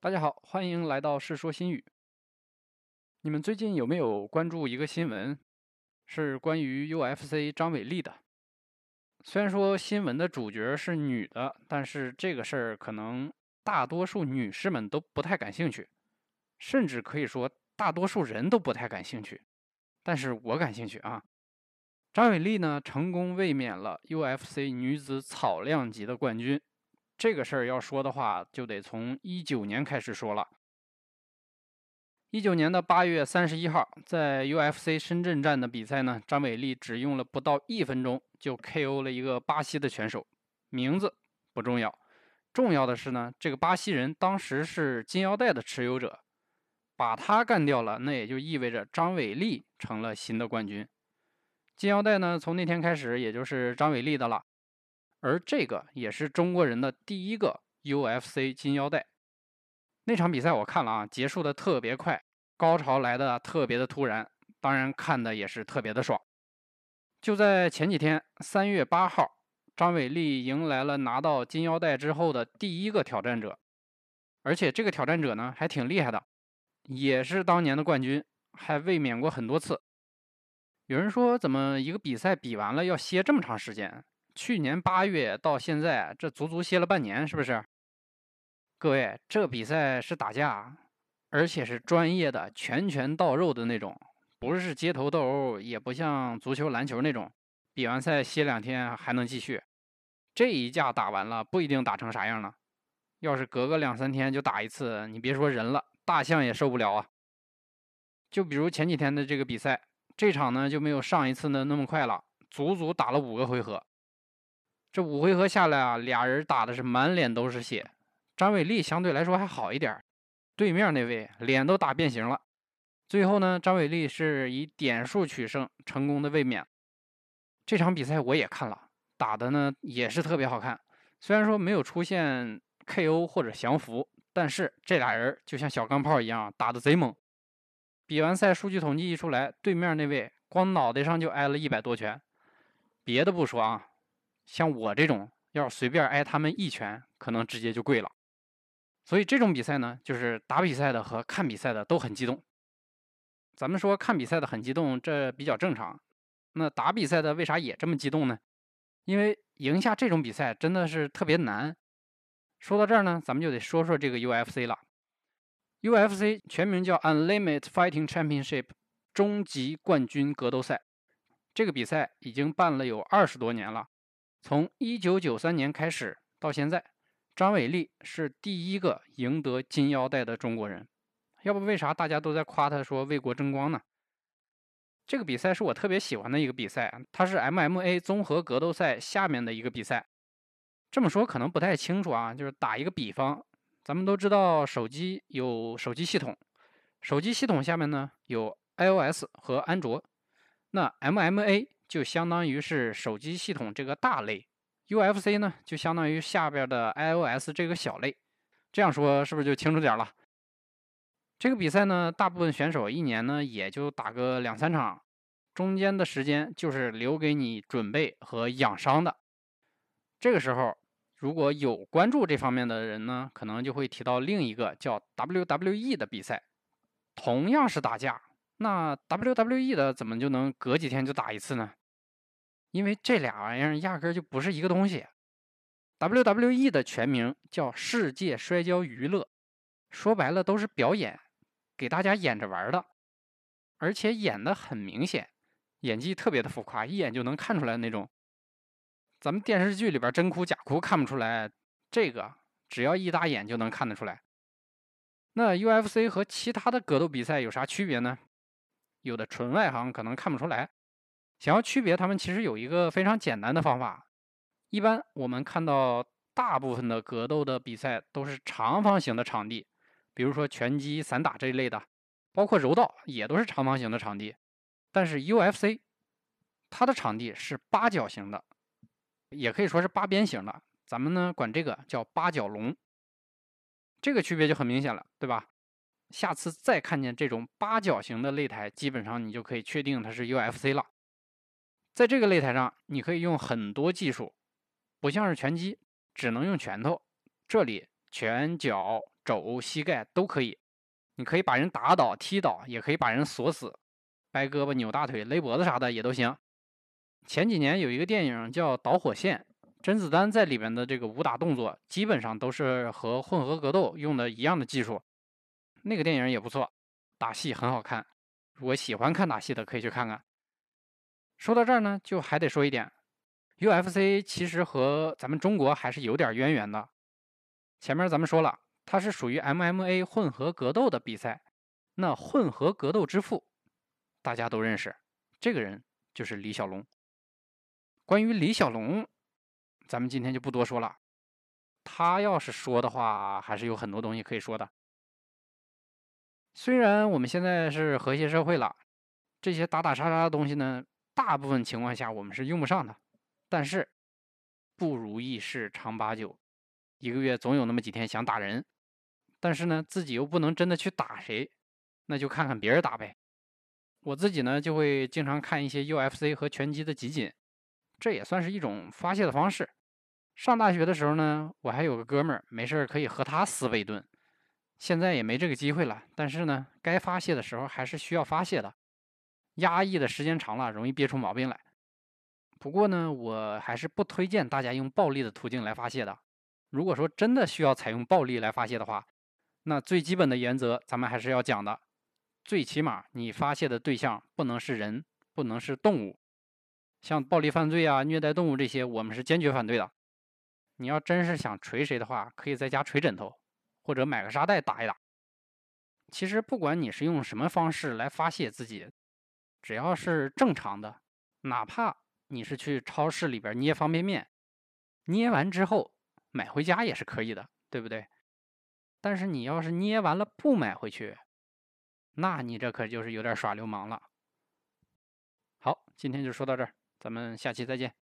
大家好，欢迎来到世说新语。你们最近有没有关注一个新闻？是关于 UFC 张伟丽的。虽然说新闻的主角是女的，但是这个事儿可能大多数女士们都不太感兴趣，甚至可以说大多数人都不太感兴趣。但是我感兴趣啊。张伟丽呢，成功卫冕了 UFC 女子草量级的冠军。这个事儿要说的话，就得从19年开始说了。19年的8月31号，在 UFC 深圳站的比赛呢，张伟丽只用了不到1分钟就 KO 了一个巴西的拳手，名字不重要，重要的是呢，这个巴西人当时是金腰带的持有者，把他干掉了，那也就意味着张伟丽成了新的冠军。金腰带呢，从那天开始也就是张伟丽的了，而这个也是中国人的第一个 UFC 金腰带。那场比赛我看了啊，结束的特别快，高潮来的特别的突然，当然看的也是特别的爽。就在前几天，3月8号，张伟丽迎来了拿到金腰带之后的第一个挑战者，而且这个挑战者呢还挺厉害的，也是当年的冠军，还卫冕过很多次。有人说，怎么一个比赛比完了要歇这么长时间？去年8月到现在，这足足歇了半年，是不是？各位，这比赛是打架，而且是专业的拳拳到肉的那种，不是街头斗殴，也不像足球、篮球那种，比完赛歇2天还能继续。这一架打完了，不一定打成啥样呢。要是隔个2、3天就打一次，你别说人了，大象也受不了啊。就比如前几天的这个比赛，这场呢就没有上一次的那么快了，足足打了5个回合。这5回合下来啊，俩人打的是满脸都是血。张伟丽相对来说还好一点，对面那位脸都打变形了。最后呢，张伟丽是以点数取胜，成功的卫冕。这场比赛我也看了，打的呢也是特别好看。虽然说没有出现 KO 或者降服，但是这俩人就像小钢炮一样，打得贼猛。比完赛数据统计一出来，对面那位光脑袋上就挨了100多拳。别的不说啊，像我这种要是随便挨他们1拳，可能直接就跪了。所以这种比赛呢，就是打比赛的和看比赛的都很激动。咱们说看比赛的很激动，这比较正常。那打比赛的为啥也这么激动呢？因为赢下这种比赛真的是特别难。说到这儿呢，咱们就得说说这个 UFC 了。UFC 全名叫 Unlimited Fighting Championship 终极冠军格斗赛。这个比赛已经办了有20多年了，从1993年开始到现在。张伟丽是第一个赢得金腰带的中国人，要不为啥大家都在夸他说为国争光呢？这个比赛是我特别喜欢的一个比赛，它是 MMA 综合格斗赛下面的一个比赛。这么说可能不太清楚啊，就是打一个比方，咱们都知道手机有手机系统，手机系统下面呢有 iOS 和安卓，那 MMA 就相当于是手机系统这个大类。UFC 呢，就相当于下边的 iOS 这个小类，这样说是不是就清楚点了？这个比赛呢，大部分选手1年呢也就打个2、3场，中间的时间就是留给你准备和养伤的。这个时候，如果有关注这方面的人呢，可能就会提到另一个叫 WWE 的比赛，同样是打架，那 WWE 的怎么就能隔几天就打一次呢？因为这俩玩意儿压根就不是一个东西。WWE 的全名叫世界摔跤娱乐，说白了都是表演，给大家演着玩的，而且演得很明显，演技特别的浮夸，一眼就能看出来那种。咱们电视剧里边真哭假哭看不出来，这个只要一打眼就能看得出来。那 UFC 和其他的格斗比赛有啥区别呢？有的纯外行可能看不出来。想要区别他们，其实有一个非常简单的方法。一般我们看到大部分的格斗的比赛都是长方形的场地，比如说拳击、散打这一类的，包括柔道也都是长方形的场地。但是 UFC 它的场地是8角形的，也可以说是8边形的，咱们呢管这个叫8角笼。这个区别就很明显了，对吧？下次再看见这种8角形的擂台，基本上你就可以确定它是 UFC 了。在这个擂台上，你可以用很多技术，不像是拳击只能用拳头，这里拳脚肘、膝盖都可以。你可以把人打倒、踢倒，也可以把人锁死，掰胳膊、扭大腿、勒脖子啥的也都行。前几年有一个电影叫《导火线》，甄子丹在里面的这个武打动作基本上都是和混合格斗用的一样的技术。那个电影也不错，打戏很好看。如果喜欢看打戏的可以去看看。说到这儿呢，就还得说一点，UFC 其实和咱们中国还是有点渊源的。前面咱们说了，它是属于 MMA 混合格斗的比赛。那混合格斗之父，大家都认识，这个人就是李小龙。关于李小龙，咱们今天就不多说了。他要是说的话，还是有很多东西可以说的。虽然我们现在是和谐社会了，这些打打杀杀的东西呢，大部分情况下我们是用不上的。但是不如意事常八九，一个月总有那么几天想打人，但是呢，自己又不能真的去打谁，那就看看别人打呗。我自己呢，就会经常看一些 UFC 和拳击的集锦，这也算是一种发泄的方式。上大学的时候呢，我还有个哥们儿，没事可以和他撕一顿。现在也没这个机会了，但是呢，该发泄的时候还是需要发泄的。压抑的时间长了，容易憋出毛病来。不过呢，我还是不推荐大家用暴力的途径来发泄的。如果说真的需要采用暴力来发泄的话，那最基本的原则咱们还是要讲的。最起码你发泄的对象不能是人，不能是动物。像暴力犯罪啊、虐待动物这些，我们是坚决反对的。你要真是想捶谁的话，可以在家捶枕头，或者买个沙袋打一打。其实不管你是用什么方式来发泄自己，只要是正常的，哪怕你是去超市里边捏方便面，捏完之后买回家也是可以的，对不对？但是你要是捏完了不买回去，那你这可就是有点耍流氓了。好，今天就说到这儿，咱们下期再见。